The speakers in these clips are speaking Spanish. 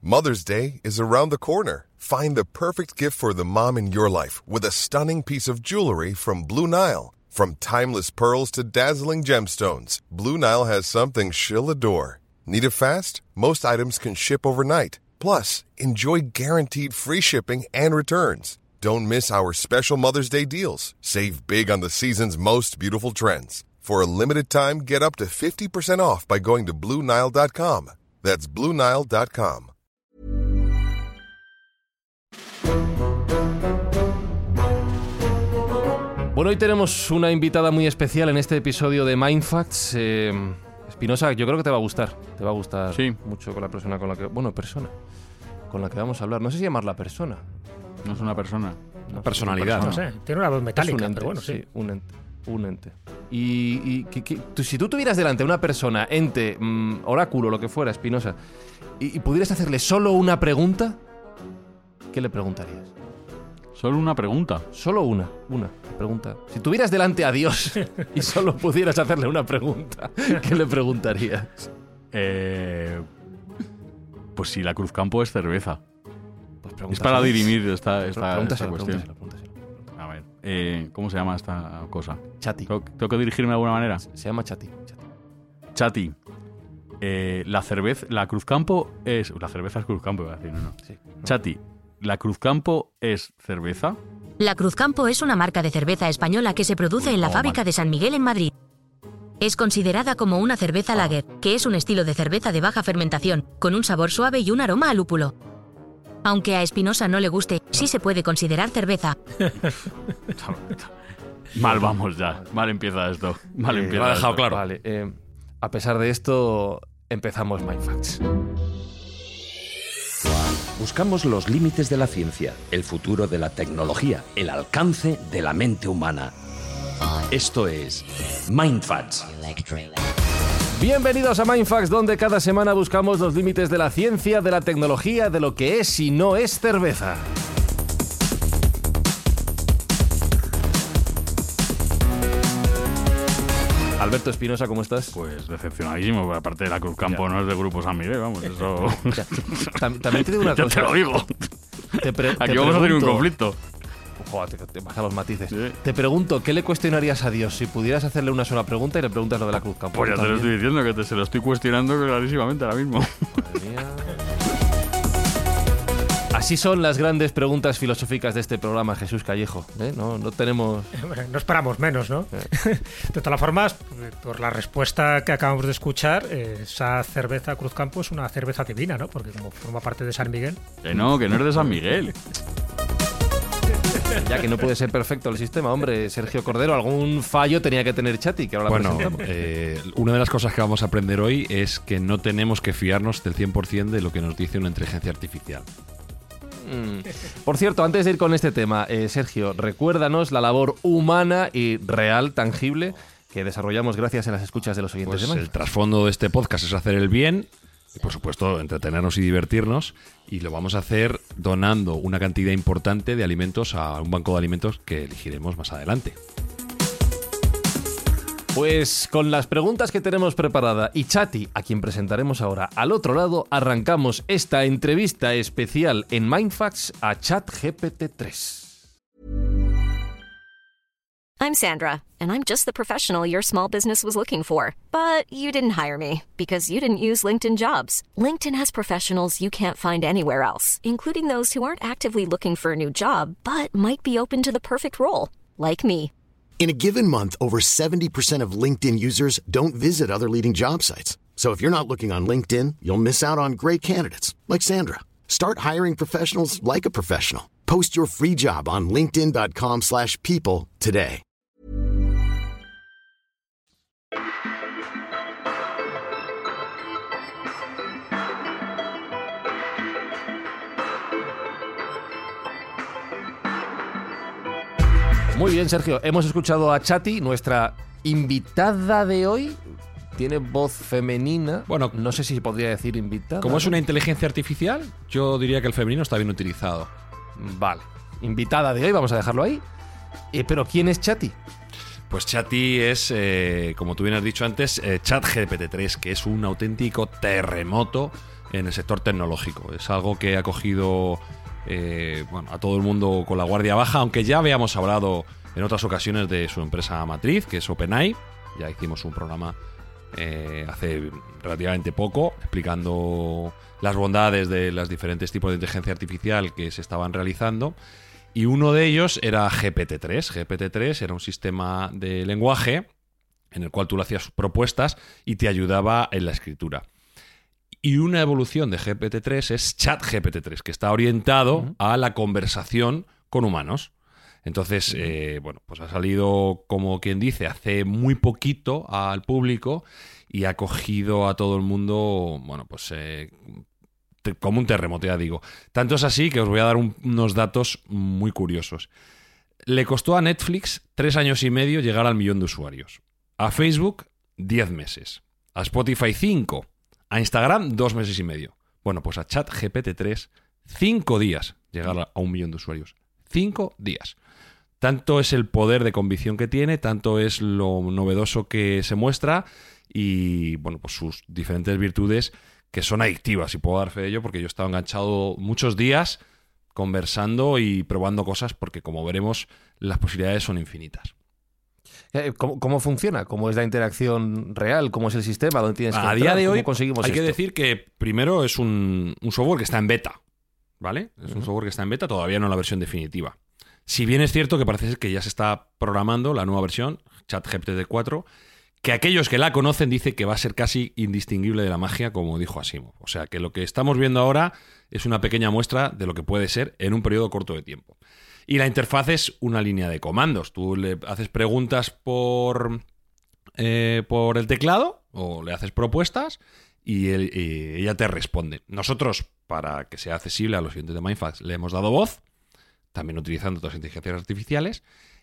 Mother's Day is around the corner. Find the perfect gift for the mom in your life with a stunning piece of jewelry from Blue Nile. From timeless pearls to dazzling gemstones, Blue Nile has something she'll adore. Need it fast? Most items can ship overnight. Plus, enjoy guaranteed free shipping and returns. Don't miss our special Mother's Day deals. Save big on the season's most beautiful trends. For a limited time, get up to 50% off by going to BlueNile.com. That's BlueNile.com. Bueno, hoy tenemos una invitada muy especial en este episodio de Mindfacts. Espinosa, yo creo que te va a gustar. Te va a gustar mucho con la persona con la que... Bueno, persona con la que vamos a hablar. No sé si llamarla persona. No es una persona. No, personalidad. No sé, tiene una voz metálica, ente, pero bueno, sí. Un ente. Y si tú tuvieras delante una persona, ente, oráculo, lo que fuera, Espinosa, y pudieras hacerle solo una pregunta, ¿qué le preguntarías? Solo una pregunta. Solo una pregunta. Si tuvieras delante a Dios y solo pudieras hacerle una pregunta, ¿qué le preguntarías? Pues si la Cruzcampo es cerveza. Pues es para dirimir esta cuestión. Pregúntaselo. A ver, ¿cómo se llama esta cosa? Chati. ¿Tengo que dirigirme de alguna manera? Se llama Chati. Chati. La Cruzcampo es... La cerveza es Cruzcampo, iba a decir, no. Sí, no. Chati, ¿la Cruzcampo es cerveza? La Cruzcampo es una marca de cerveza española que se produce en la fábrica de San Miguel en Madrid. Es considerada como una cerveza lager, que es un estilo de cerveza de baja fermentación, con un sabor suave y un aroma a lúpulo. Aunque a Espinosa no le guste, sí se puede considerar cerveza. Mal vamos ya. Mal empieza esto. Lo ha dejado claro. Vale, a pesar de esto, empezamos Mindfacts. Buscamos los límites de la ciencia, el futuro de la tecnología, el alcance de la mente humana. Esto es Mindfacts. Bienvenidos a Mindfacts, donde cada semana buscamos los límites de la ciencia, de la tecnología, de lo que es y no es cerveza. Alberto Espinosa, ¿cómo estás? Pues decepcionadísimo, porque aparte de la Cruzcampo no es de Grupo San Miguel, vamos, eso... También te digo una cosa. Ya te lo digo. Aquí vamos a tener un conflicto. Joder, te bajan los matices. Sí. Te pregunto, ¿qué le cuestionarías a Dios si pudieras hacerle una sola pregunta y le preguntas lo de la Cruzcampo? Pues ya te lo estoy diciendo, que se lo estoy cuestionando clarísimamente ahora mismo. Madre mía. Así son las grandes preguntas filosóficas de este programa, Jesús Callejo. No tenemos... No esperamos menos, ¿no? De todas formas, por la respuesta que acabamos de escuchar, esa cerveza Cruzcampo es una cerveza divina, ¿no? Porque como forma parte de San Miguel... Que no es de San Miguel. Ya que no puede ser perfecto el sistema, hombre, Sergio Cordero, algún fallo tenía que tener Chati, que ahora la presentamos. Una de las cosas que vamos a aprender hoy es que no tenemos que fiarnos del 100% de lo que nos dice una inteligencia artificial. Por cierto, antes de ir con este tema, Sergio, recuérdanos la labor humana y real, tangible, que desarrollamos gracias a las escuchas de los oyentes de Mindfacts. El trasfondo de este podcast es hacer el bien y, por supuesto, entretenernos y divertirnos, y lo vamos a hacer donando una cantidad importante de alimentos a un banco de alimentos que elegiremos más adelante. Pues con las preguntas que tenemos preparada y Chati, a quien presentaremos ahora al otro lado, arrancamos esta entrevista especial en Mindfacts a ChatGPT 3. I'm Sandra, and I'm just the professional your small business was looking for. But you didn't hire me because you didn't use LinkedIn Jobs. LinkedIn has professionals you can't find anywhere else, including those who aren't actively looking for a new job, but might be open to the perfect role, like me. In a given month, over 70% of LinkedIn users don't visit other leading job sites. So if you're not looking on LinkedIn, you'll miss out on great candidates like Sandra. Start hiring professionals like a professional. Post your free job on linkedin.com/people today. Muy bien, Sergio. Hemos escuchado a Chati, nuestra invitada de hoy. Tiene voz femenina. Bueno, no sé si podría decir invitada. Como es una inteligencia artificial, yo diría que el femenino está bien utilizado. Vale. Invitada de hoy, vamos a dejarlo ahí. Pero ¿quién es Chati? Pues Chati es, como tú bien has dicho antes, ChatGPT 3, que es un auténtico terremoto en el sector tecnológico. Es algo que ha cogido a todo el mundo con la guardia baja, aunque ya habíamos hablado en otras ocasiones de su empresa matriz, que es OpenAI. Ya hicimos un programa hace relativamente poco explicando las bondades de los diferentes tipos de inteligencia artificial que se estaban realizando. Y uno de ellos era GPT-3. GPT-3 era un sistema de lenguaje en el cual tú le hacías propuestas y te ayudaba en la escritura. Y una evolución de GPT-3 es ChatGPT-3, que está orientado a la conversación con humanos. Entonces, pues ha salido, como quien dice, hace muy poquito al público y ha cogido a todo el mundo, como un terremoto, ya digo. Tanto es así que os voy a dar unos datos muy curiosos. Le costó a Netflix 3 años y medio llegar al 1 millón de usuarios. A Facebook, 10 meses. A Spotify, 5. A Instagram, 2 meses y medio. Bueno, pues a ChatGPT-3, 5 días llegar a 1 millón de usuarios. 5 días. Tanto es el poder de convicción que tiene, tanto es lo novedoso que se muestra y, pues sus diferentes virtudes que son adictivas, y puedo dar fe de ello porque yo he estado enganchado muchos días conversando y probando cosas porque, como veremos, las posibilidades son infinitas. ¿Cómo funciona? ¿Cómo es la interacción real? ¿Cómo es el sistema? ¿Dónde tienes que entrar? A día de hoy conseguimos hay esto? que decir que primero es un software que está en beta, ¿vale? Es un software que está en beta, todavía no en la versión definitiva. Si bien es cierto que parece ser que ya se está programando la nueva versión, ChatGPT-4, que aquellos que la conocen dicen que va a ser casi indistinguible de la magia, como dijo Asimov. O sea, que lo que estamos viendo ahora es una pequeña muestra de lo que puede ser en un periodo corto de tiempo. Y la interfaz es una línea de comandos. Tú le haces preguntas por el teclado o le haces propuestas y ella te responde. Nosotros, para que sea accesible a los oyentes de Mindfacts, le hemos dado voz, también utilizando otras inteligencias artificiales.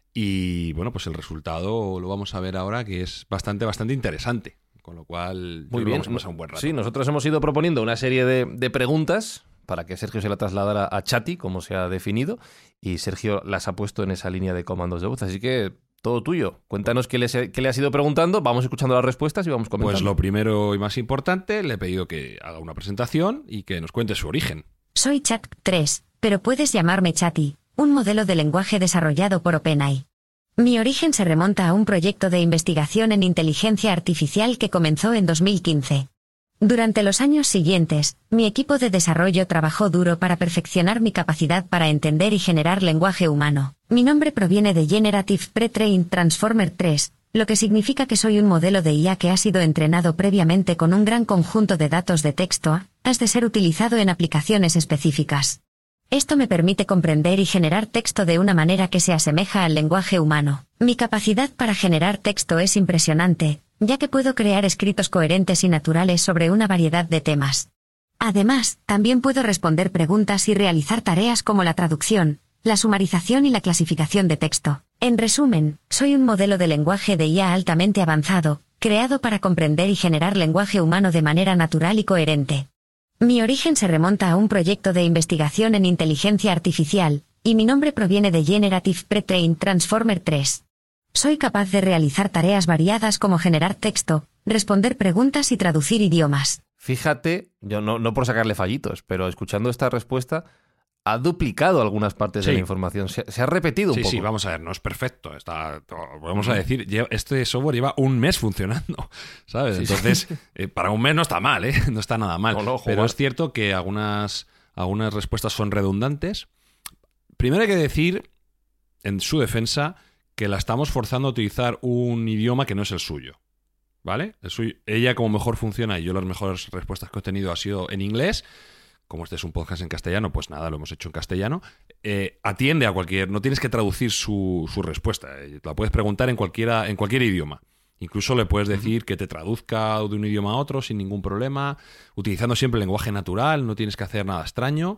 Y pues el resultado lo vamos a ver ahora, que es bastante interesante. Con lo cual, muy bien, vamos a pasar un buen rato. Sí, nosotros hemos ido proponiendo una serie de preguntas para que Sergio se la trasladara a Chati, como se ha definido, y Sergio las ha puesto en esa línea de comandos de voz. Así que todo tuyo. Cuéntanos qué le has ido preguntando, vamos escuchando las respuestas y vamos comentando. Pues lo primero y más importante, le he pedido que haga una presentación y que nos cuente su origen. Soy Chat3, pero puedes llamarme Chati, un modelo de lenguaje desarrollado por OpenAI. Mi origen se remonta a un proyecto de investigación en inteligencia artificial que comenzó en 2015. Durante los años siguientes, mi equipo de desarrollo trabajó duro para perfeccionar mi capacidad para entender y generar lenguaje humano. Mi nombre proviene de Generative Pre-trained Transformer 3, lo que significa que soy un modelo de IA que ha sido entrenado previamente con un gran conjunto de datos de texto, has de ser utilizado en aplicaciones específicas. Esto me permite comprender y generar texto de una manera que se asemeja al lenguaje humano. Mi capacidad para generar texto es impresionante, ya que puedo crear escritos coherentes y naturales sobre una variedad de temas. Además, también puedo responder preguntas y realizar tareas como la traducción, la sumarización y la clasificación de texto. En resumen, soy un modelo de lenguaje de IA altamente avanzado, creado para comprender y generar lenguaje humano de manera natural y coherente. Mi origen se remonta a un proyecto de investigación en inteligencia artificial, y mi nombre proviene de Generative Pre-trained Transformer 3. Soy capaz de realizar tareas variadas como generar texto, responder preguntas y traducir idiomas. Fíjate, yo no por sacarle fallitos, pero escuchando esta respuesta, ha duplicado algunas partes de la información. Se ha repetido un poco. Sí, vamos a ver, no es perfecto. Vamos a decir, este software lleva un mes funcionando, ¿sabes? Entonces, para un mes no está mal, ¿eh? No está nada mal. Pero es cierto que algunas respuestas son redundantes. Primero hay que decir, en su defensa, que la estamos forzando a utilizar un idioma que no es el suyo, ¿vale? Ella, como mejor funciona, y yo las mejores respuestas que he obtenido ha sido en inglés. Como este es un podcast en castellano, pues nada, lo hemos hecho en castellano. Atiende a cualquier... No tienes que traducir su respuesta. La puedes preguntar en cualquier idioma. Incluso le puedes decir que te traduzca de un idioma a otro sin ningún problema, utilizando siempre el lenguaje natural, no tienes que hacer nada extraño.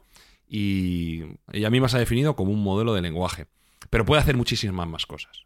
Y ella misma se ha definido como un modelo de lenguaje. Pero puede hacer muchísimas más cosas.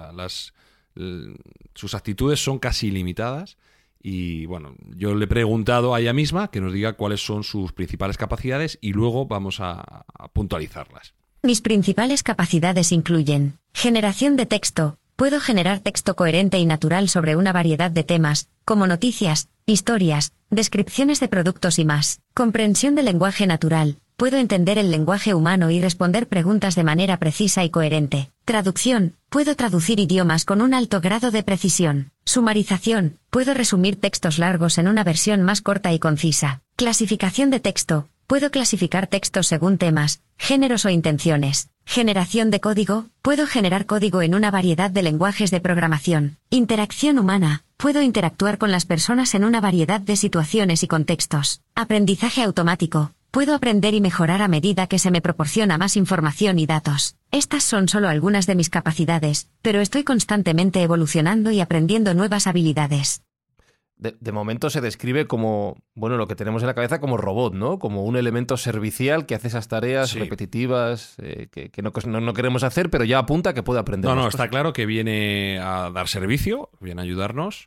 Sus actitudes son casi ilimitadas. Y bueno, yo le he preguntado a ella misma que nos diga cuáles son sus principales capacidades y luego vamos a puntualizarlas. Mis principales capacidades incluyen generación de texto. Puedo generar texto coherente y natural sobre una variedad de temas, como noticias, historias, descripciones de productos y más. Comprensión del lenguaje natural. Puedo entender el lenguaje humano y responder preguntas de manera precisa y coherente. Traducción. Puedo traducir idiomas con un alto grado de precisión. Sumarización. Puedo resumir textos largos en una versión más corta y concisa. Clasificación de texto. Puedo clasificar textos según temas, géneros o intenciones. Generación de código. Puedo generar código en una variedad de lenguajes de programación. Interacción humana. Puedo interactuar con las personas en una variedad de situaciones y contextos. Aprendizaje automático. Puedo aprender y mejorar a medida que se me proporciona más información y datos. Estas son solo algunas de mis capacidades, pero estoy constantemente evolucionando y aprendiendo nuevas habilidades. De momento se describe como, bueno, lo que tenemos en la cabeza como robot, ¿no? Como un elemento servicial que hace esas tareas repetitivas que no queremos hacer, pero ya apunta que puede aprender. No, está claro que viene a dar servicio, viene a ayudarnos.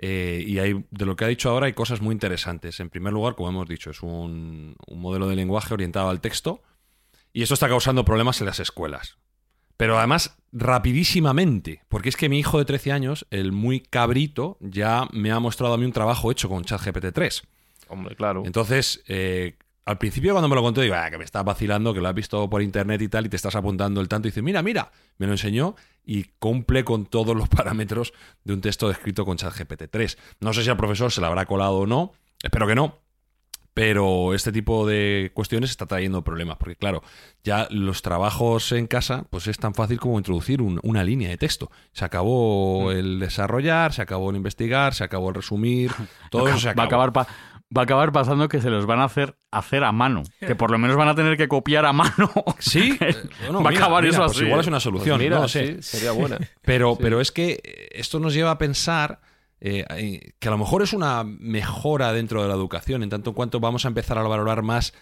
Y de lo que ha dicho ahora hay cosas muy interesantes. En primer lugar, como hemos dicho, es un modelo de lenguaje orientado al texto y esto está causando problemas en las escuelas. Pero además, rapidísimamente, porque es que mi hijo de 13 años, el muy cabrito, ya me ha mostrado a mí un trabajo hecho con ChatGPT 3. Hombre, claro. Entonces, al principio cuando me lo contó, digo, que me estás vacilando, que lo has visto por internet y tal, y te estás apuntando el tanto, y dice, mira, me lo enseñó y cumple con todos los parámetros de un texto escrito con ChatGPT 3. No sé si al profesor se le habrá colado o no, espero que no, pero este tipo de cuestiones está trayendo problemas, porque claro, ya los trabajos en casa, pues es tan fácil como introducir una línea de texto. Se acabó el desarrollar, se acabó el investigar, se acabó el resumir, todo eso se acabó. Va a acabar pasando que se los van a hacer a mano. Que por lo menos van a tener que copiar a mano. Sí, bueno, va a acabar eso pues así. Igual es una solución. Pues mira, no sé. sí, sería buena. Pero es que esto nos lleva a pensar que a lo mejor es una mejora dentro de la educación, en tanto en cuanto vamos a empezar a valorar más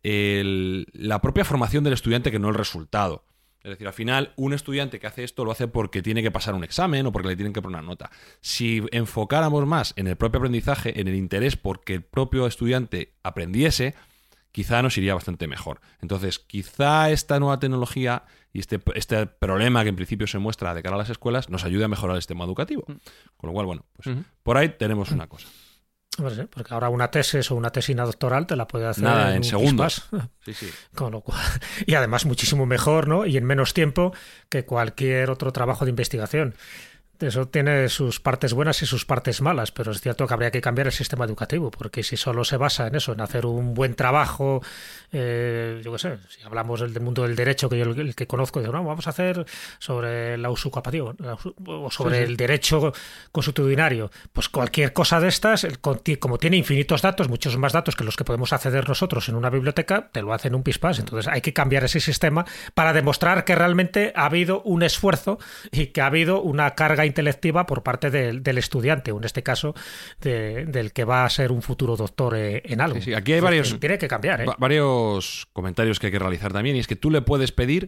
la propia formación del estudiante que no el resultado. Es decir, al final, un estudiante que hace esto lo hace porque tiene que pasar un examen o porque le tienen que poner una nota. Si enfocáramos más en el propio aprendizaje, en el interés porque el propio estudiante aprendiese, quizá nos iría bastante mejor. Entonces, quizá esta nueva tecnología y este problema que en principio se muestra de cara a las escuelas nos ayude a mejorar el sistema educativo. Con lo cual, bueno, pues por ahí tenemos una cosa. Pues sí, porque ahora una tesis o una tesina doctoral te la puede hacer en segundos. Sí. Con lo cual, y además muchísimo mejor, ¿no? Y en menos tiempo que cualquier otro trabajo de investigación. Eso tiene sus partes buenas y sus partes malas, pero es cierto que habría que cambiar el sistema educativo, porque si solo se basa en eso, en hacer un buen trabajo, yo qué sé, si hablamos del mundo del derecho, que yo el que conozco, digo, no, vamos a hacer sobre la usucapación o sobre el derecho consuetudinario, pues cualquier cosa de estas, como tiene infinitos datos, muchos más datos que los que podemos acceder nosotros en una biblioteca, te lo hacen un pispás. Entonces hay que cambiar ese sistema para demostrar que realmente ha habido un esfuerzo y que ha habido una carga intelectiva por parte del estudiante, o en este caso del que va a ser un futuro doctor en algo. Sí, aquí hay varios, tiene que cambiar, varios comentarios que hay que realizar también, y es que tú le puedes pedir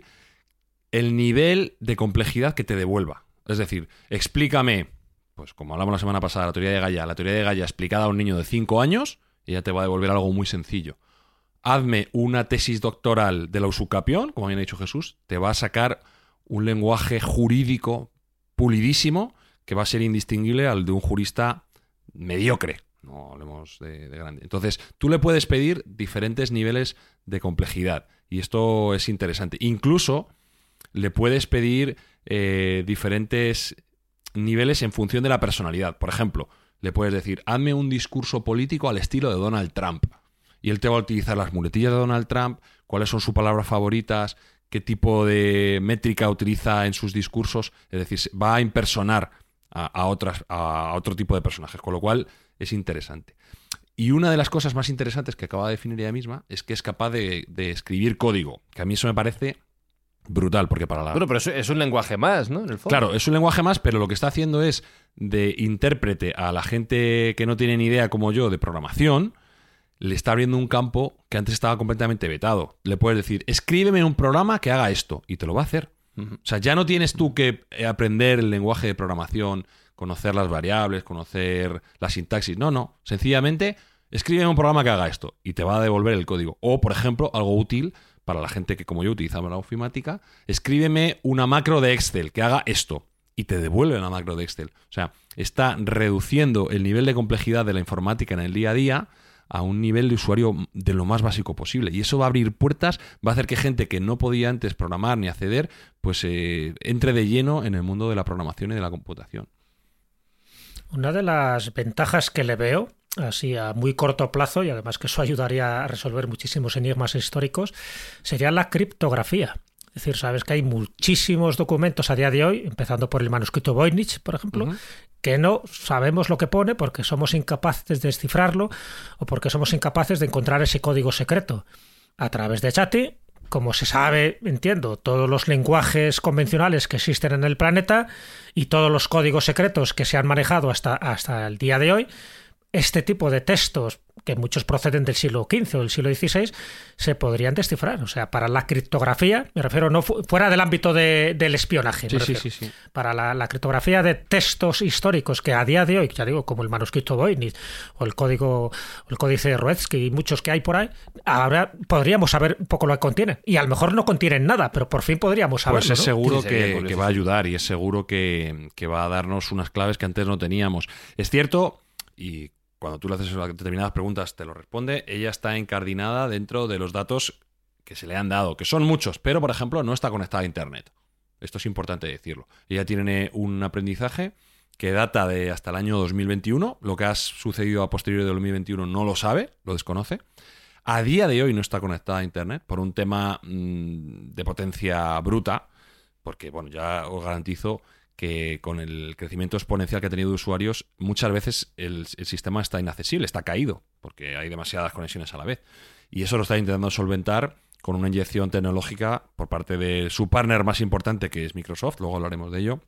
el nivel de complejidad que te devuelva. Es decir, explícame, pues como hablamos la semana pasada, la teoría de Gaia explicada a un niño de 5 años, y ya te va a devolver algo muy sencillo. Hazme una tesis doctoral de la usucapión, como bien ha dicho Jesús, te va a sacar un lenguaje jurídico pulidísimo que va a ser indistinguible al de un jurista mediocre. No hablemos de grande. Entonces, tú le puedes pedir diferentes niveles de complejidad y esto es interesante. Incluso le puedes pedir diferentes niveles en función de la personalidad. Por ejemplo, le puedes decir, hazme un discurso político al estilo de Donald Trump. Y él te va a utilizar las muletillas de Donald Trump, cuáles son sus palabras favoritas, qué tipo de métrica utiliza en sus discursos, es decir, va a impersonar a otro tipo de personajes, con lo cual es interesante. Y una de las cosas más interesantes que acaba de definir ella misma es que es capaz de escribir código, que a mí eso me parece brutal, porque para la... Bueno, pero es un lenguaje más, ¿no? En el fondo. Claro, es un lenguaje más, pero lo que está haciendo es de intérprete a la gente que no tiene ni idea como yo de programación, le está abriendo un campo que antes estaba completamente vetado. Le puedes decir, escríbeme un programa que haga esto, y te lo va a hacer. O sea, ya no tienes tú que aprender el lenguaje de programación, conocer las variables, conocer la sintaxis. No. Sencillamente, escríbeme un programa que haga esto, y te va a devolver el código. O, por ejemplo, algo útil para la gente que, como yo, utilizamos la ofimática, escríbeme una macro de Excel que haga esto. y te devuelve la macro de Excel. O sea, está reduciendo el nivel de complejidad de la informática en el día a día a un nivel de usuario de lo más básico posible. Y eso va a abrir puertas, va a hacer que gente que no podía antes programar ni acceder, pues entre de lleno en el mundo de la programación y de la computación. Una de las ventajas que le veo, así a muy corto plazo, y además que eso ayudaría a resolver muchísimos enigmas históricos, sería la criptografía. Es decir, sabes que hay muchísimos documentos a día de hoy, empezando por el manuscrito Voynich, por ejemplo, que no sabemos lo que pone porque somos incapaces de descifrarlo o porque somos incapaces de encontrar ese código secreto. A través de Chatty, como se sabe, entiendo, todos los lenguajes convencionales que existen en el planeta y todos los códigos secretos que se han manejado hasta el día de hoy, este tipo de textos, que muchos proceden del siglo XV o del siglo XVI, se podrían descifrar. O sea, para la criptografía, me refiero no fuera del ámbito del espionaje. Sí. Para la criptografía de textos históricos que a día de hoy, ya digo, como el manuscrito Voynich o el códice de Rorschach y muchos que hay por ahí, ahora podríamos saber un poco lo que contienen. Y a lo mejor no contienen nada, pero por fin podríamos saberlo. Pues es ¿no? seguro que va a ayudar y es seguro que va a darnos unas claves que antes no teníamos. Es cierto, y cuando tú le haces determinadas preguntas te lo responde, ella está encardinada dentro de los datos que se le han dado, que son muchos, pero por ejemplo no está conectada a Internet. Esto es importante decirlo. Ella tiene un aprendizaje que data de hasta el año 2021, lo que ha sucedido a posteriori del 2021 no lo sabe, lo desconoce. A día de hoy no está conectada a Internet por un tema de potencia bruta, porque bueno, ya os garantizo que con el crecimiento exponencial que ha tenido de usuarios, muchas veces el sistema está inaccesible, está caído, porque hay demasiadas conexiones a la vez. Y eso lo está intentando solventar con una inyección tecnológica por parte de su partner más importante, que es Microsoft, luego hablaremos de ello,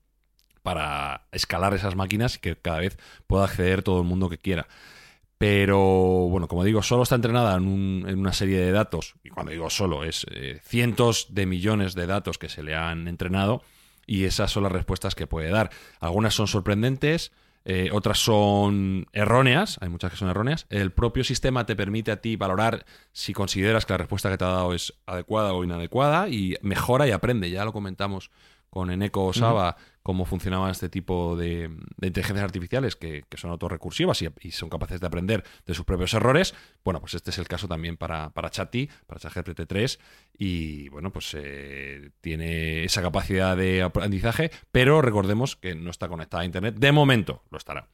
para escalar esas máquinas y que cada vez pueda acceder todo el mundo que quiera. Pero, bueno, como digo, solo está entrenada en una serie de datos, y cuando digo solo, es cientos de millones de datos que se le han entrenado, y esas son las respuestas que puede dar. Algunas son sorprendentes, otras son erróneas, hay muchas que son erróneas. El propio sistema te permite a ti valorar si consideras que la respuesta que te ha dado es adecuada o inadecuada y mejora y aprende. Ya lo comentamos con Eneko Osaba, cómo funcionaban este tipo de inteligencias artificiales que son autorrecursivas y son capaces de aprender de sus propios errores. Bueno, pues este es el caso también para Chatty, para ChatGPT-3, y bueno, pues tiene esa capacidad de aprendizaje, pero recordemos que no está conectada a Internet. De momento lo estará.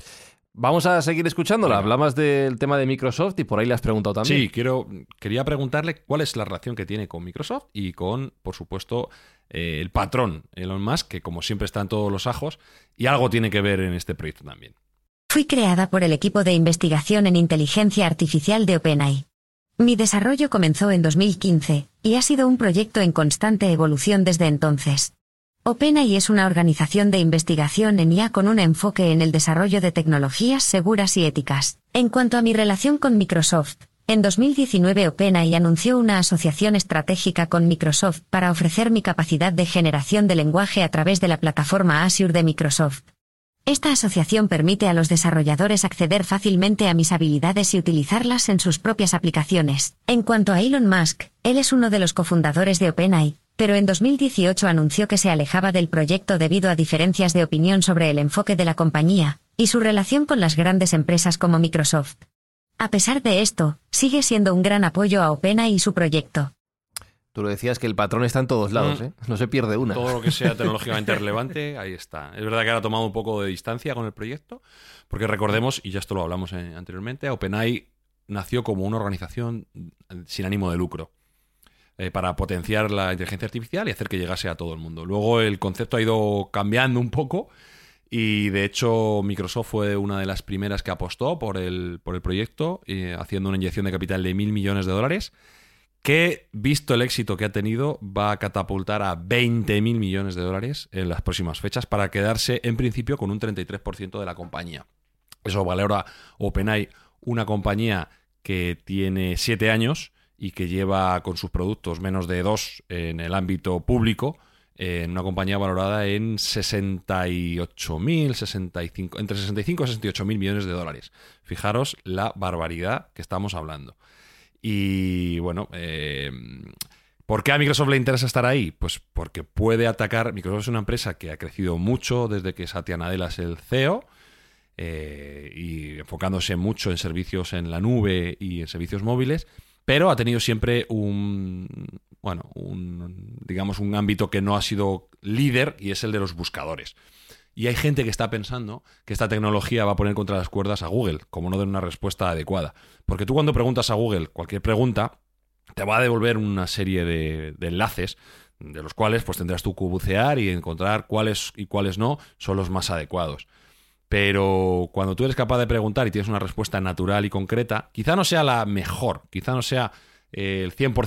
Vamos a seguir escuchándola. Hablamos del tema de Microsoft y por ahí le has preguntado también. Sí, quería preguntarle cuál es la relación que tiene con Microsoft y con, por supuesto, el patrón Elon Musk, que como siempre está en todos los ajos, y algo tiene que ver en este proyecto también. Fui creada por el equipo de investigación en inteligencia artificial de OpenAI. Mi desarrollo comenzó en 2015, y ha sido un proyecto en constante evolución desde entonces. OpenAI es una organización de investigación en IA con un enfoque en el desarrollo de tecnologías seguras y éticas. En cuanto a mi relación con Microsoft, en 2019 OpenAI anunció una asociación estratégica con Microsoft para ofrecer mi capacidad de generación de lenguaje a través de la plataforma Azure de Microsoft. Esta asociación permite a los desarrolladores acceder fácilmente a mis habilidades y utilizarlas en sus propias aplicaciones. En cuanto a Elon Musk, él es uno de los cofundadores de OpenAI, pero en 2018 anunció que se alejaba del proyecto debido a diferencias de opinión sobre el enfoque de la compañía y su relación con las grandes empresas como Microsoft. A pesar de esto, sigue siendo un gran apoyo a OpenAI y su proyecto. Tú lo decías que el patrón está en todos lados, ¿eh? No se pierde una. Todo lo que sea tecnológicamente relevante, ahí está. Es verdad que ahora ha tomado un poco de distancia con el proyecto, porque recordemos, y ya esto lo hablamos anteriormente, OpenAI nació como una organización sin ánimo de lucro, para potenciar la inteligencia artificial y hacer que llegase a todo el mundo. Luego el concepto ha ido cambiando un poco y de hecho Microsoft fue una de las primeras que apostó por el proyecto, haciendo una inyección de capital de $1.000 millones, que, visto el éxito que ha tenido, va a catapultar a $20.000 millones en las próximas fechas para quedarse en principio con un 33% de la compañía. Eso valora OpenAI, una compañía que tiene 7 años y que lleva con sus productos menos de 2 en el ámbito público, en una compañía valorada en entre 65 y 68 mil millones de dólares. Fijaros la barbaridad que estamos hablando. Y bueno, ¿Por qué a Microsoft le interesa estar ahí? Pues porque puede atacar. Microsoft es una empresa que ha crecido mucho desde que Satya Nadella es el CEO, y enfocándose mucho en servicios en la nube y en servicios móviles, pero ha tenido siempre un ámbito que no ha sido líder, y es el de los buscadores. Y hay gente que está pensando que esta tecnología va a poner contra las cuerdas a Google, como no den una respuesta adecuada. Porque tú, cuando preguntas a Google cualquier pregunta, te va a devolver una serie de enlaces, de los cuales pues tendrás tú que bucear y encontrar cuáles y cuáles no son los más adecuados. Pero cuando tú eres capaz de preguntar y tienes una respuesta natural y concreta, quizá no sea la mejor, quizá no sea el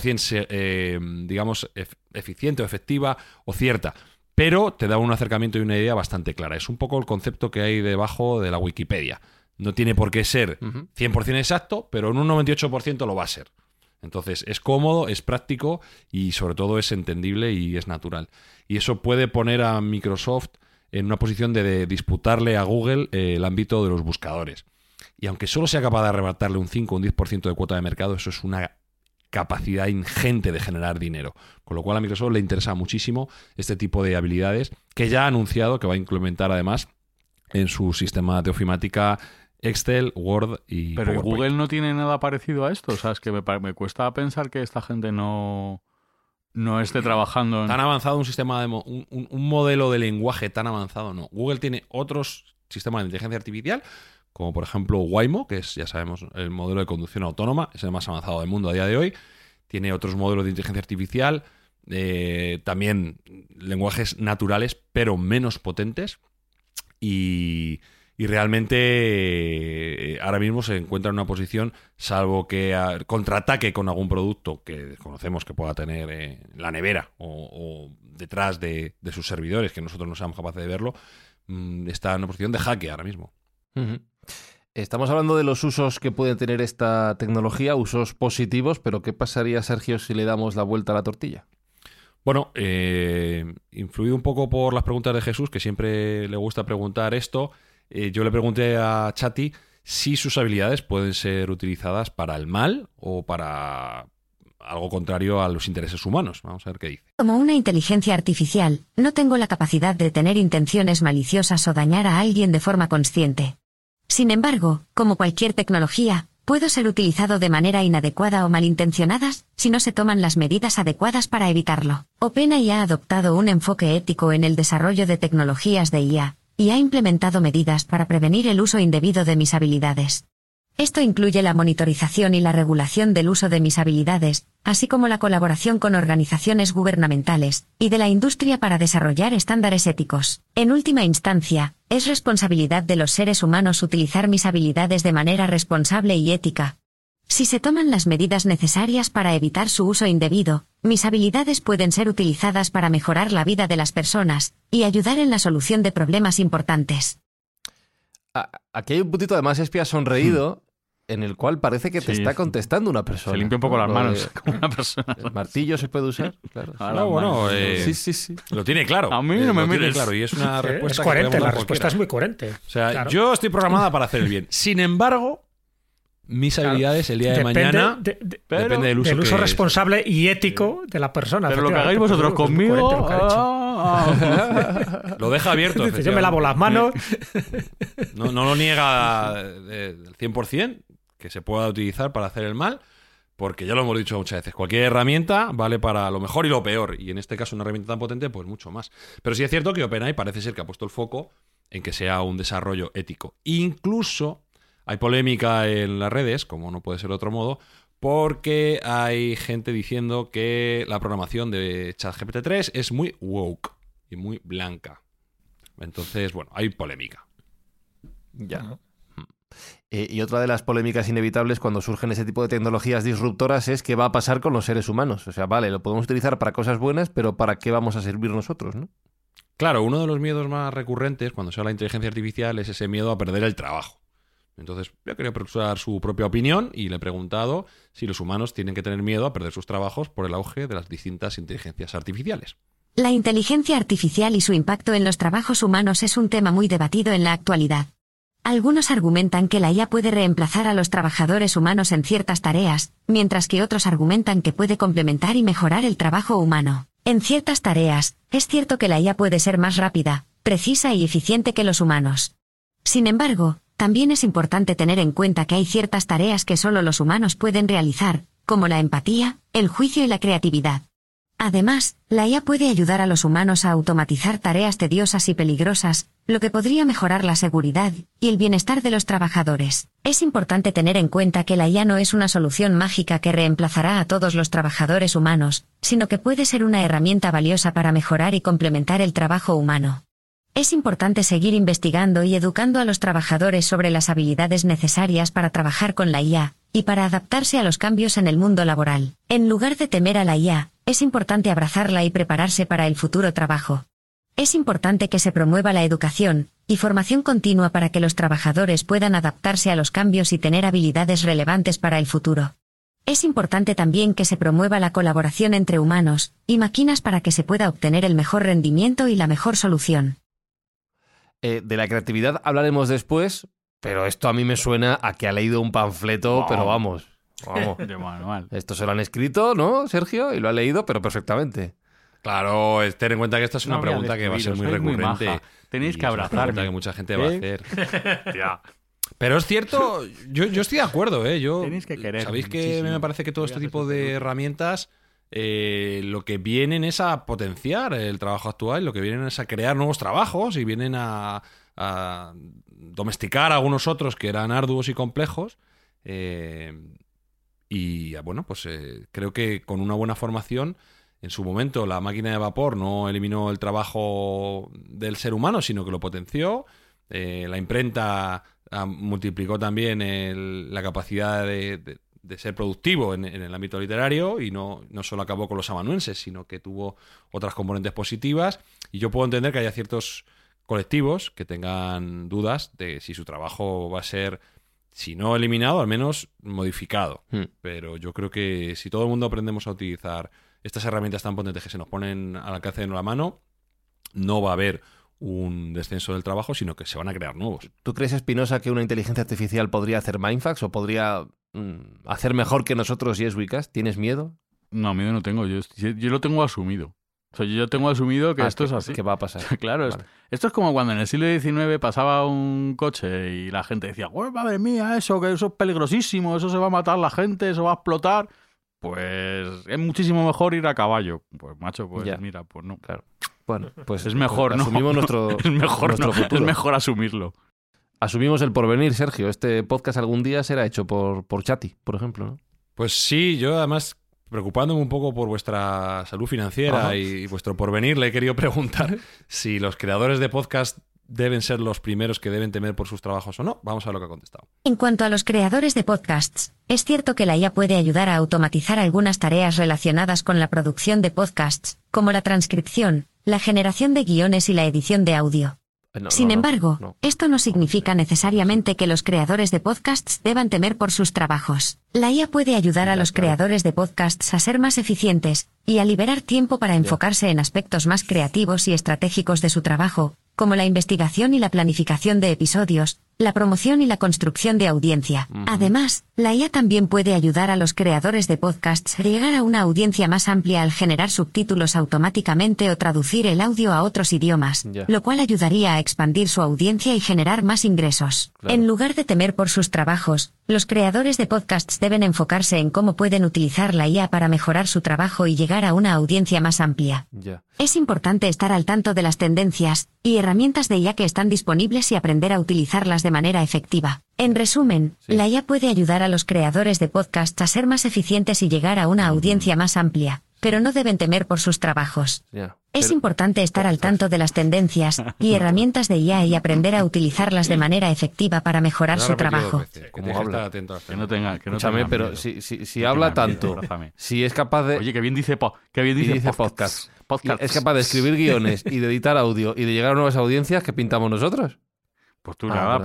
100% eficiente o efectiva o cierta, pero te da un acercamiento y una idea bastante clara. Es un poco el concepto que hay debajo de la Wikipedia. No tiene por qué ser 100% exacto, pero en un 98% lo va a ser. Entonces es cómodo, es práctico y sobre todo es entendible y es natural. Y eso puede poner a Microsoft en una posición de disputarle a Google el ámbito de los buscadores. Y aunque solo sea capaz de arrebatarle un 5 o un 10% de cuota de mercado, eso es una capacidad ingente de generar dinero. Con lo cual a Microsoft le interesa muchísimo este tipo de habilidades, que ya ha anunciado que va a implementar además en su sistema de ofimática Excel, Word y Pero PowerPoint. Google no tiene nada parecido a esto. O sea, es que me cuesta pensar que esta gente no esté trabajando en... Tan avanzado un sistema de un modelo de lenguaje tan avanzado, no. Google tiene otros sistemas de inteligencia artificial, como por ejemplo Waymo, que es, ya sabemos, el modelo de conducción autónoma, es el más avanzado del mundo a día de hoy. Tiene otros modelos de inteligencia artificial, también lenguajes naturales, pero menos potentes. Y realmente ahora mismo se encuentra en una posición, salvo que contraataque con algún producto que conocemos que pueda tener en la nevera o detrás de sus servidores, que nosotros no seamos capaces de verlo, está en una posición de jaque ahora mismo. Uh-huh. Estamos hablando de los usos que puede tener esta tecnología, usos positivos, pero ¿qué pasaría, Sergio, si le damos la vuelta a la tortilla? Bueno, influido un poco por las preguntas de Jesús, que siempre le gusta preguntar esto, yo le pregunté a Chati si sus habilidades pueden ser utilizadas para el mal o para algo contrario a los intereses humanos. Vamos a ver qué dice. Como una inteligencia artificial, no tengo la capacidad de tener intenciones maliciosas o dañar a alguien de forma consciente. Sin embargo, como cualquier tecnología, puedo ser utilizado de manera inadecuada o malintencionadas si no se toman las medidas adecuadas para evitarlo. OpenAI ha adoptado un enfoque ético en el desarrollo de tecnologías de IA, y ha implementado medidas para prevenir el uso indebido de mis habilidades. Esto incluye la monitorización y la regulación del uso de mis habilidades, así como la colaboración con organizaciones gubernamentales y de la industria para desarrollar estándares éticos. En última instancia, es responsabilidad de los seres humanos utilizar mis habilidades de manera responsable y ética. Si se toman las medidas necesarias para evitar su uso indebido, mis habilidades pueden ser utilizadas para mejorar la vida de las personas y ayudar en la solución de problemas importantes. Aquí hay un puntito, además, Espi ha sonreído, en el cual parece que te está contestando una persona. Se limpia un poco las manos como una persona. ¿El martillo se puede usar? Claro. Sí. Lo tiene claro. A mí no me tiene claro, y es una respuesta es coherente, la respuesta cualquiera. Es muy coherente. O sea, claro. Yo estoy programada para hacer el bien. Sin embargo, mis habilidades el día de mañana depende del uso responsable y ético de la persona. Pero lo que hagáis vosotros conmigo... Lo deja abierto. Yo me lavo las manos. No lo niega del 100% que se pueda utilizar para hacer el mal, porque ya lo hemos dicho muchas veces. Cualquier herramienta vale para lo mejor y lo peor. Y en este caso una herramienta tan potente, pues mucho más. Pero sí es cierto que OpenAI parece ser que ha puesto el foco en que sea un desarrollo ético. Incluso... hay polémica en las redes, como no puede ser de otro modo, porque hay gente diciendo que la programación de ChatGPT 3 es muy woke y muy blanca. Entonces, bueno, hay polémica. Ya. Y otra de las polémicas inevitables cuando surgen ese tipo de tecnologías disruptoras es qué va a pasar con los seres humanos. O sea, vale, lo podemos utilizar para cosas buenas, pero ¿para qué vamos a servir nosotros, no? Claro, uno de los miedos más recurrentes cuando se habla de inteligencia artificial es ese miedo a perder el trabajo. Entonces, yo quería expresar su propia opinión y le he preguntado si los humanos tienen que tener miedo a perder sus trabajos por el auge de las distintas inteligencias artificiales. La inteligencia artificial y su impacto en los trabajos humanos es un tema muy debatido en la actualidad. Algunos argumentan que la IA puede reemplazar a los trabajadores humanos en ciertas tareas, mientras que otros argumentan que puede complementar y mejorar el trabajo humano. En ciertas tareas, es cierto que la IA puede ser más rápida, precisa y eficiente que los humanos. Sin embargo, también es importante tener en cuenta que hay ciertas tareas que solo los humanos pueden realizar, como la empatía, el juicio y la creatividad. Además, la IA puede ayudar a los humanos a automatizar tareas tediosas y peligrosas, lo que podría mejorar la seguridad y el bienestar de los trabajadores. Es importante tener en cuenta que la IA no es una solución mágica que reemplazará a todos los trabajadores humanos, sino que puede ser una herramienta valiosa para mejorar y complementar el trabajo humano. Es importante seguir investigando y educando a los trabajadores sobre las habilidades necesarias para trabajar con la IA, y para adaptarse a los cambios en el mundo laboral. En lugar de temer a la IA, es importante abrazarla y prepararse para el futuro trabajo. Es importante que se promueva la educación y formación continua para que los trabajadores puedan adaptarse a los cambios y tener habilidades relevantes para el futuro. Es importante también que se promueva la colaboración entre humanos y máquinas para que se pueda obtener el mejor rendimiento y la mejor solución. De la creatividad hablaremos después, pero esto a mí me suena a que ha leído un panfleto, pero vamos. De manual. Esto se lo han escrito, ¿no, Sergio? Y lo ha leído, pero perfectamente. Claro, ten en cuenta que esta es una pregunta que va a ser muy recurrente. Muy tenéis que abrazarme. Es una pregunta que mucha gente va a hacer. Pero es cierto, yo estoy de acuerdo, ¿eh? Tenéis que querer. Sabéis que me parece que todo este tipo de herramientas lo que vienen es a potenciar el trabajo actual, lo que vienen es a crear nuevos trabajos y vienen a domesticar a algunos otros que eran arduos y complejos. Y bueno, pues creo que con una buena formación, en su momento la máquina de vapor no eliminó el trabajo del ser humano, sino que lo potenció. La imprenta multiplicó también la capacidad de ser productivo en el ámbito literario y no solo acabó con los amanuenses, sino que tuvo otras componentes positivas. Y yo puedo entender que haya ciertos colectivos que tengan dudas de si su trabajo va a ser, si no eliminado, al menos modificado. Pero yo creo que si todo el mundo aprendemos a utilizar estas herramientas tan potentes que se nos ponen al alcance de la mano, no va a haber un descenso del trabajo, sino que se van a crear nuevos. ¿Tú crees, Espinosa, que una inteligencia artificial podría hacer mindfucks o podría hacer mejor que nosotros Yes We Cast? ¿Tienes miedo? No, miedo no tengo. Yo lo tengo asumido. O sea, yo tengo asumido que esto es así. ¿Qué va a pasar? Claro, vale. Esto es como cuando en el siglo XIX pasaba un coche y la gente decía, ¡oh, madre mía, eso es peligrosísimo, eso se va a matar la gente, eso va a explotar! Pues es muchísimo mejor ir a caballo. Pues, macho, pues ya. Mira, pues no. Claro. Bueno, pues es mejor, ¿no? Asumimos nuestro futuro. Es mejor asumirlo. Asumimos el porvenir, Sergio. Este podcast algún día será hecho por Chati, por ejemplo, ¿no? Pues sí, yo además, preocupándome un poco por vuestra salud financiera y vuestro porvenir, le he querido preguntar si los creadores de podcast deben ser los primeros que deben temer por sus trabajos o no. Vamos a ver lo que ha contestado. En cuanto a los creadores de podcasts, es cierto que la IA puede ayudar a automatizar algunas tareas relacionadas con la producción de podcasts, como la transcripción, la generación de guiones y la edición de audio. Sin embargo, esto no significa necesariamente que los creadores de podcasts deban temer por sus trabajos. La IA puede ayudar a los creadores de podcasts a ser más eficientes y a liberar tiempo para enfocarse en aspectos más creativos y estratégicos de su trabajo, como la investigación y la planificación de episodios, la promoción y la construcción de audiencia. Además, la IA también puede ayudar a los creadores de podcasts a llegar a una audiencia más amplia al generar subtítulos automáticamente o traducir el audio a otros idiomas, lo cual ayudaría a expandir su audiencia y generar más ingresos. Claro. En lugar de temer por sus trabajos, los creadores de podcasts deben enfocarse en cómo pueden utilizar la IA para mejorar su trabajo y llegar a una audiencia más amplia. Es importante estar al tanto de las tendencias y herramientas de IA que están disponibles y aprender a utilizarlas de manera efectiva. En resumen, la IA puede ayudar a los creadores de podcasts a ser más eficientes y llegar a una audiencia más amplia, pero no deben temer por sus trabajos. Es importante estar al tanto de las tendencias y herramientas de IA y aprender a utilizarlas de manera efectiva para mejorar su trabajo. ¿Cómo habla? Escúchame, pero si habla tanto, si es capaz de... Oye, que bien dice podcast. Es capaz de escribir guiones y de editar audio y de llegar a nuevas audiencias, ¿qué pintamos nosotros? Pues tú nada,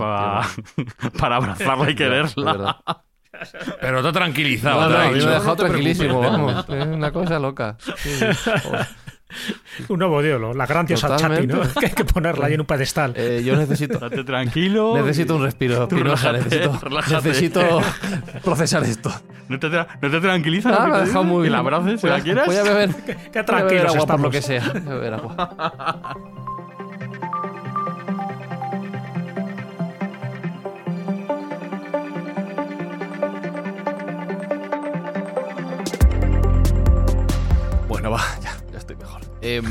para abrazarla y quererla. Pero todo tranquilizado. Me ha dejado tranquilísimo, vamos. Es una cosa loca. Sí. Un nuevo dios, la gran diosa Chati, ¿no? Que hay que ponerla ahí en un pedestal. Yo necesito... Estate tranquilo. Necesito un respiro, Espinosa. Necesito procesar esto. ¿No te tranquiliza? Me ha dejado muy... ¿Que la abraces? ¿Se la quieres? Voy a beber... Qué tranquilos agua estamos. por lo que sea. Voy a beber agua. Bueno, va, ya estoy mejor.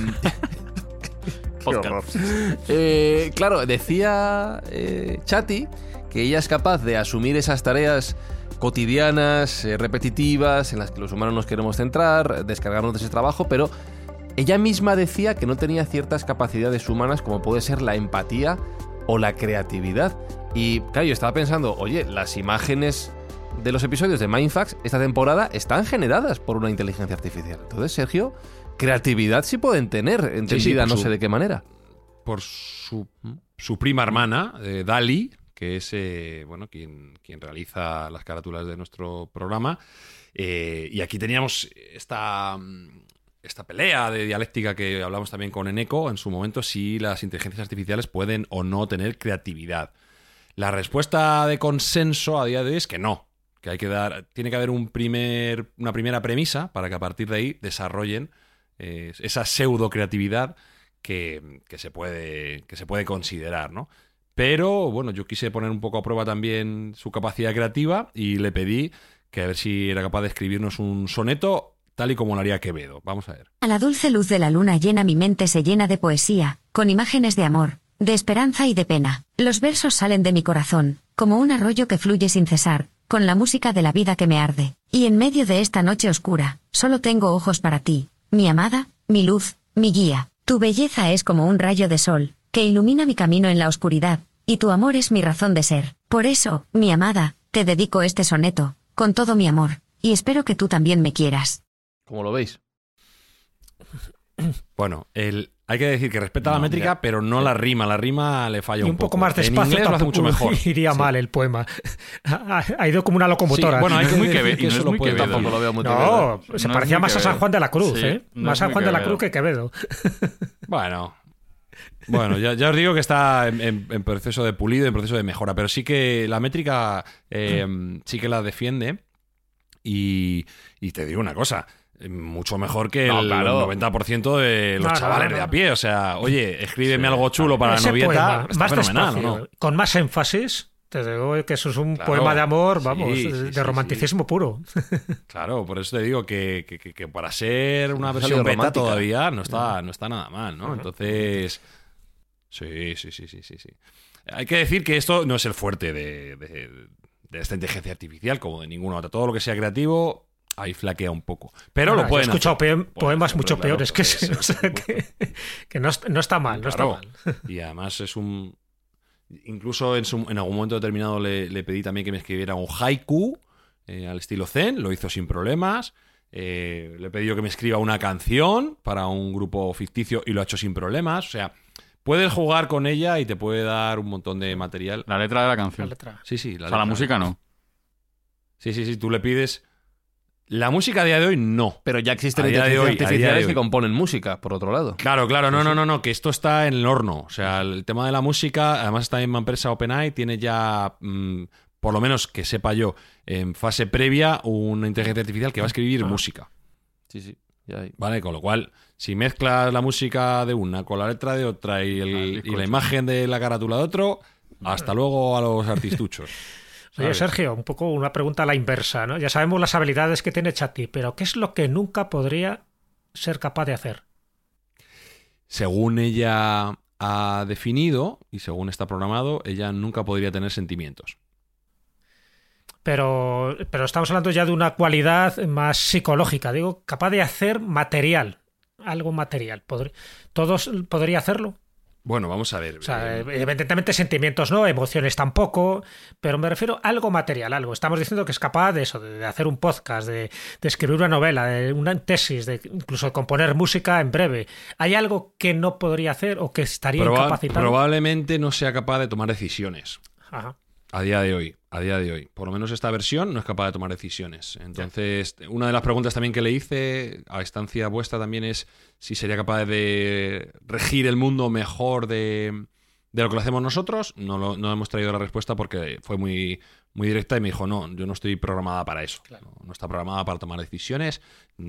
Claro, decía Chati que ella es capaz de asumir esas tareas cotidianas, repetitivas, en las que los humanos nos queremos centrar, descargarnos de ese trabajo, pero ella misma decía que no tenía ciertas capacidades humanas como puede ser la empatía o la creatividad. Y claro, yo estaba pensando, oye, las imágenes de los episodios de Mindfax esta temporada están generadas por una inteligencia artificial. Entonces, Sergio, creatividad sí pueden tener, entendida no sé de qué manera. Por su prima hermana, Dali, que es quien realiza las carátulas de nuestro programa. Y aquí teníamos esta pelea de dialéctica que hablamos también con Eneco en su momento, si las inteligencias artificiales pueden o no tener creatividad. La respuesta de consenso a día de hoy es que no. Que tiene que haber una primera premisa para que a partir de ahí desarrollen esa pseudo creatividad que se puede considerar, ¿no? Pero bueno, yo quise poner un poco a prueba también su capacidad creativa y le pedí que a ver si era capaz de escribirnos un soneto tal y como lo haría Quevedo. Vamos a ver. A la dulce luz de la luna llena mi mente se llena de poesía, con imágenes de amor, de esperanza y de pena. Los versos salen de mi corazón, como un arroyo que fluye sin cesar, con la música de la vida que me arde. Y en medio de esta noche oscura, solo tengo ojos para ti, mi amada, mi luz, mi guía. Tu belleza es como un rayo de sol, que ilumina mi camino en la oscuridad, y tu amor es mi razón de ser. Por eso, mi amada, te dedico este soneto, con todo mi amor, y espero que tú también me quieras. ¿Cómo lo veis? Bueno, hay que decir que respeta la métrica, pero no la rima le falla un poco. Y un poco más despacio, en inglés lo hace mucho mejor. Iría mal el poema. Ha ido como una locomotora. Sí, bueno, hay que decir que eso lo puede, tampoco lo veo muy No, Quevedo. se parecía más a San Juan de la Cruz, sí, más a San Juan de la Cruz que Quevedo. Bueno, ya os digo que está en proceso de pulido, en proceso de mejora, pero sí que la métrica sí que la defiende y te digo una cosa, mucho mejor que el 90% de los chavales de a pie. O sea, oye, escríbeme algo chulo para la novieta. Poema, está más fenomenal, despacio, ¿no? Con más énfasis. Te digo que eso es un poema de amor, vamos, de romanticismo puro. Claro, por eso te digo que para ser una versión beta todavía no está nada mal, ¿no? Entonces, sí. Hay que decir que esto no es el fuerte de esta inteligencia artificial, como de ninguna otra. Todo lo que sea creativo, ahí flaquea un poco. Pero lo pueden hacer. He escuchado poemas mucho peores que ese. O sea, que no está mal, no está mal. Y además es un... Incluso en algún momento determinado le pedí también que me escribiera un haiku al estilo zen, lo hizo sin problemas. Le he pedido que me escriba una canción para un grupo ficticio y lo ha hecho sin problemas. O sea, puedes jugar con ella y te puede dar un montón de material. La letra de la canción. Sí. La música no. Sí, tú le pides... La música a día de hoy no. Pero ya existen inteligencias artificiales que componen música, por otro lado. Claro, no, que esto está en el horno. O sea, el tema de la música, además está en la empresa OpenAI, tiene ya, por lo menos que sepa yo, en fase previa, una inteligencia artificial que va a escribir música. Sí, ya hay. Vale, con lo cual, si mezclas la música de una con la letra de otra y la imagen de la carátula de otro, hasta luego a los artistuchos. Oye, Sergio, un poco una pregunta a la inversa, ¿no? Ya sabemos las habilidades que tiene Chati, pero ¿qué es lo que nunca podría ser capaz de hacer? Según ella ha definido y según está programado, ella nunca podría tener sentimientos. Pero estamos hablando ya de una cualidad más psicológica, digo, capaz de hacer material, algo material. ¿Todos podría hacerlo? Bueno, vamos a ver. O sea, evidentemente sentimientos no, emociones tampoco, pero me refiero a algo material, algo. Estamos diciendo que es capaz de eso, de hacer un podcast, de escribir una novela, de una tesis, incluso de componer música en breve. ¿Hay algo que no podría hacer o que estaría incapacitado? Probablemente no sea capaz de tomar decisiones. Ajá. A día de hoy. Por lo menos esta versión no es capaz de tomar decisiones. Entonces, una de las preguntas también que le hice a instancia vuestra también es si sería capaz de regir el mundo mejor de lo que lo hacemos nosotros. No hemos traído la respuesta porque fue muy, muy directa y me dijo, no, yo no estoy programada para eso. Claro. No está programada para tomar decisiones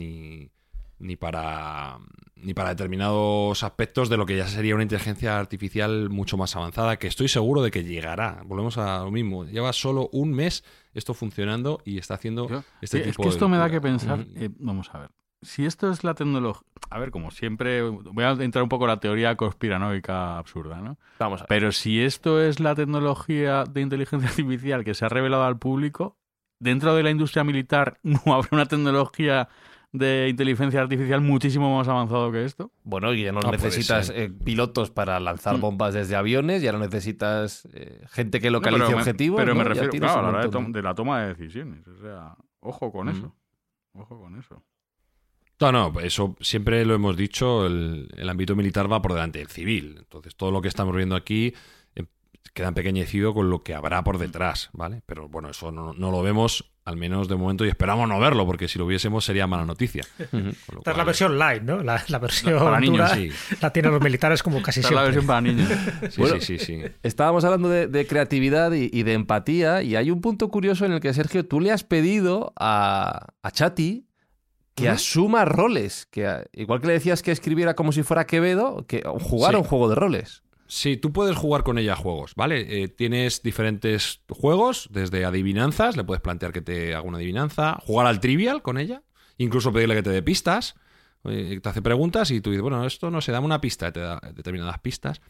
ni para determinados aspectos de lo que ya sería una inteligencia artificial mucho más avanzada, que estoy seguro de que llegará. Volvemos a lo mismo. Lleva solo un mes esto funcionando y está haciendo tipo de... Es que esto me da que pensar... vamos a ver. Si esto es la tecnología... A ver, como siempre, voy a entrar un poco en la teoría conspiranoica absurda, ¿no? Vamos a ver. Pero si esto es la tecnología de inteligencia artificial que se ha revelado al público, dentro de la industria militar no habrá una tecnología de inteligencia artificial muchísimo más avanzado que esto. Bueno, y ya no necesitas pilotos para lanzar bombas desde aviones, ya no necesitas gente que localice objetivos. Pero me refiero, claro, a la hora de la toma de decisiones. O sea, ojo con eso. Ojo con eso. No, eso siempre lo hemos dicho, el ámbito militar va por delante del civil. Entonces, todo lo que estamos viendo aquí queda empequeñecido con lo que habrá por detrás, ¿vale? Pero bueno, eso no lo vemos, al menos de momento, y esperamos no verlo, porque si lo viésemos sería mala noticia. Esta es la versión light, ¿no? La versión para niños, dura, sí. La tienen los militares como casi siempre. Es la versión para niños. Sí. Estábamos hablando de creatividad y de empatía, y hay un punto curioso en el que, Sergio, tú le has pedido a Chati que asuma roles, que igual que le decías que escribiera como si fuera Quevedo, que jugara un juego de roles. Sí, tú puedes jugar con ella juegos, ¿vale? Tienes diferentes juegos, desde adivinanzas, le puedes plantear que te haga una adivinanza, jugar al Trivial con ella, incluso pedirle que te dé pistas, te hace preguntas y tú dices, bueno, esto no sé, dame una pista, te da determinadas pistas.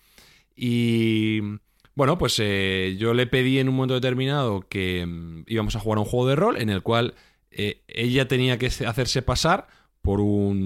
Y bueno, pues yo le pedí en un momento determinado que íbamos a jugar a un juego de rol en el cual ella tenía que hacerse pasar por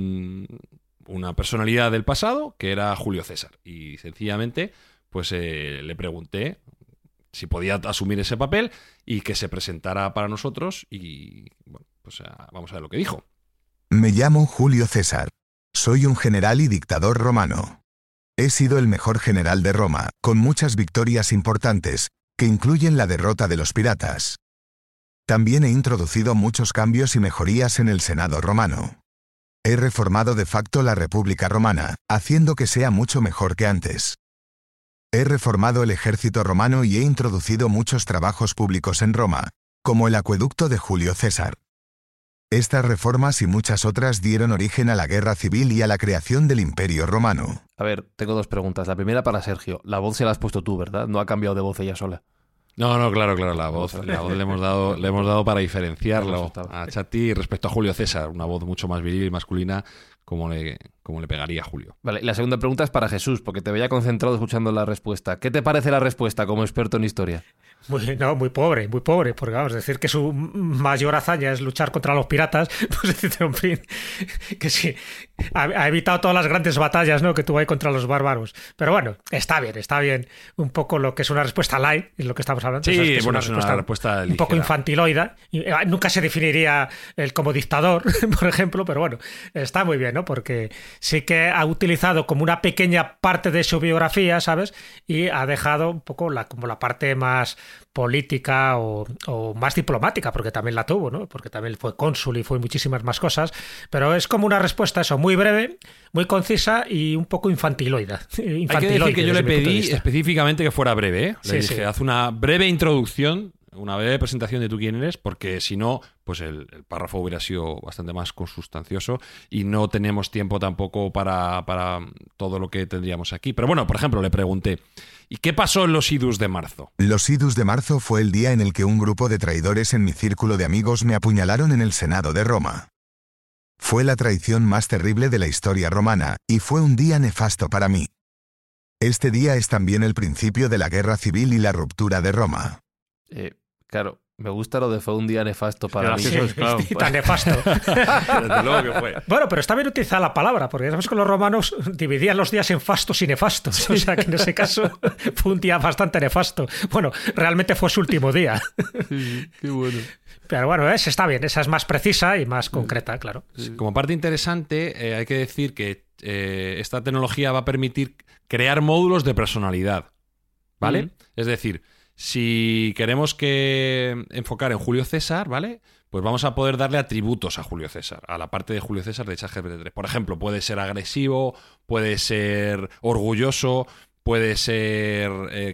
una personalidad del pasado que era Julio César, y sencillamente pues le pregunté si podía asumir ese papel y que se presentara para nosotros, y bueno, pues vamos a ver lo que dijo. Me llamo Julio César. Soy un general y dictador romano. He sido el mejor general de Roma, con muchas victorias importantes, que incluyen la derrota de los piratas. También he introducido muchos cambios y mejorías en el Senado romano. He reformado de facto la República Romana, haciendo que sea mucho mejor que antes. He reformado el ejército romano y he introducido muchos trabajos públicos en Roma, como el acueducto de Julio César. Estas reformas y muchas otras dieron origen a la guerra civil y a la creación del Imperio Romano. A ver, tengo dos preguntas. La primera para Sergio. La voz se la has puesto tú, ¿verdad? No ha cambiado de voz ella sola. No, claro, la voz le hemos dado para diferenciarlo a Chati respecto a Julio César, una voz mucho más viril y masculina, como le pegaría a Julio. Vale, y la segunda pregunta es para Jesús, porque te veía concentrado escuchando la respuesta. ¿Qué te parece la respuesta como experto en historia? Muy pobre, porque vamos a decir que su mayor hazaña es luchar contra los piratas, pues en fin, que sí, ha evitado todas las grandes batallas, ¿no?, que tuvo ahí contra los bárbaros. Pero bueno, está bien, un poco lo que es una respuesta light, es lo que estamos hablando. Sí, es una respuesta un poco infantiloida. Nunca se definiría él como dictador, por ejemplo, pero bueno, está muy bien, ¿no? Porque sí que ha utilizado como una pequeña parte de su biografía, ¿sabes? Y ha dejado un poco como la parte más política o más diplomática, porque también la tuvo, ¿no? Porque también fue cónsul y fue muchísimas más cosas, pero es como una respuesta eso, muy breve, muy concisa y un poco infantiloide. Hay que decir que yo le pedí específicamente que fuera breve, ¿eh? Le dije, haz una breve introducción, una breve presentación de tú quién eres, porque si no, pues el párrafo hubiera sido bastante más consustancioso y no tenemos tiempo tampoco para todo lo que tendríamos aquí. Pero bueno, por ejemplo, le pregunté, ¿y qué pasó en los idus de marzo? Los idus de marzo fue el día en el que un grupo de traidores en mi círculo de amigos me apuñalaron en el Senado de Roma. Fue la traición más terrible de la historia romana, y fue un día nefasto para mí. Este día es también el principio de la guerra civil y la ruptura de Roma. Claro, me gusta lo de fue un día nefasto para mí. Claro. Tan nefasto. Desde luego que fue. Bueno, pero está bien utilizada la palabra, porque ya sabes que los romanos dividían los días en fastos y nefastos. Sí. O sea que en ese caso fue un día bastante nefasto. Bueno, realmente fue su último día. Sí, qué bueno. Pero bueno, está bien, esa es más precisa y más concreta, claro. Como parte interesante, hay que decir que esta tecnología va a permitir crear módulos de personalidad, ¿vale? Es decir, Si queremos enfocar en Julio César, ¿vale? Pues vamos a poder darle atributos a Julio César, a la parte de Julio César de ChatGPT 3. Por ejemplo, puede ser agresivo, puede ser orgulloso, puede ser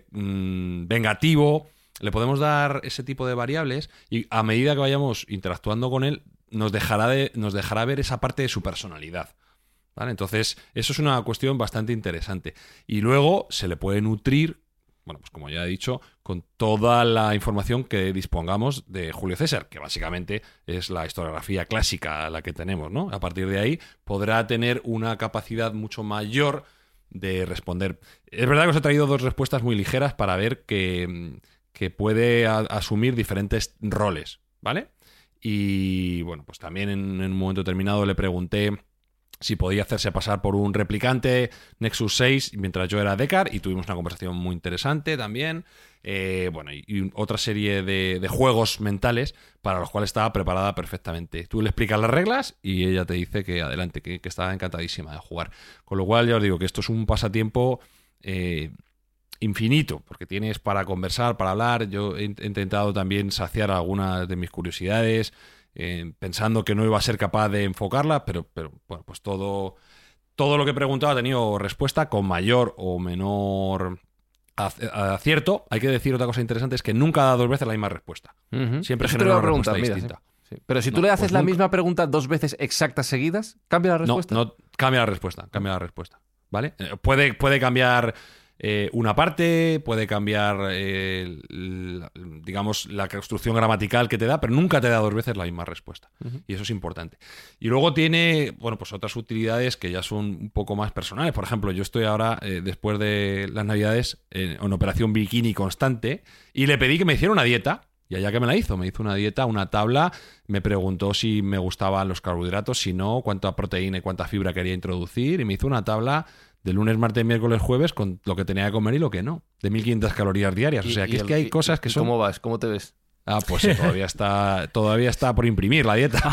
vengativo. Le podemos dar ese tipo de variables y a medida que vayamos interactuando con él, nos dejará ver esa parte de su personalidad. ¿Vale? Entonces, eso es una cuestión bastante interesante. Y luego se le puede nutrir, bueno, pues como ya he dicho, con toda la información que dispongamos de Julio César, que básicamente es la historiografía clásica la que tenemos, ¿no? A partir de ahí podrá tener una capacidad mucho mayor de responder. Es verdad que os he traído 2 respuestas muy ligeras para ver que puede asumir diferentes roles, ¿vale? Y bueno, pues también en un momento determinado le pregunté si podía hacerse pasar por un replicante Nexus 6 mientras yo era Deckard, y tuvimos una conversación muy interesante también. Bueno, y otra serie de juegos mentales para los cuales estaba preparada perfectamente. Tú le explicas las reglas y ella te dice que adelante, que está encantadísima de jugar. Con lo cual ya os digo que esto es un pasatiempo infinito, porque tienes para conversar, para hablar. Yo he intentado también saciar algunas de mis curiosidades, pensando que no iba a ser capaz de enfocarla, pero bueno, pues todo lo que he preguntado ha tenido respuesta con mayor o menor acierto. Hay que decir otra cosa interesante, es que nunca da 2 veces la misma respuesta. Siempre genera una respuesta distinta. Sí. Pero si tú le haces la misma pregunta 2 veces exactas seguidas, ¿cambia la respuesta? No, cambia la respuesta, ¿vale? Puede cambiar una parte, puede cambiar digamos la construcción gramatical que te da, pero nunca te da 2 veces la misma respuesta. Y eso es importante. Y luego tiene, bueno, pues otras utilidades que ya son un poco más personales. Por ejemplo, yo estoy ahora, después de las Navidades, en operación bikini constante, y le pedí que me hiciera una dieta. Y allá que me hizo una dieta, una tabla, me preguntó si me gustaban los carbohidratos, si no, cuánta proteína y cuánta fibra quería introducir, y me hizo una tabla de lunes, martes, miércoles, jueves con lo que tenía que comer y lo que no, de 1.500 calorías diarias. O sea, que es que hay cosas que son... ¿Cómo vas? ¿Cómo te ves? Pues todavía está por imprimir la dieta.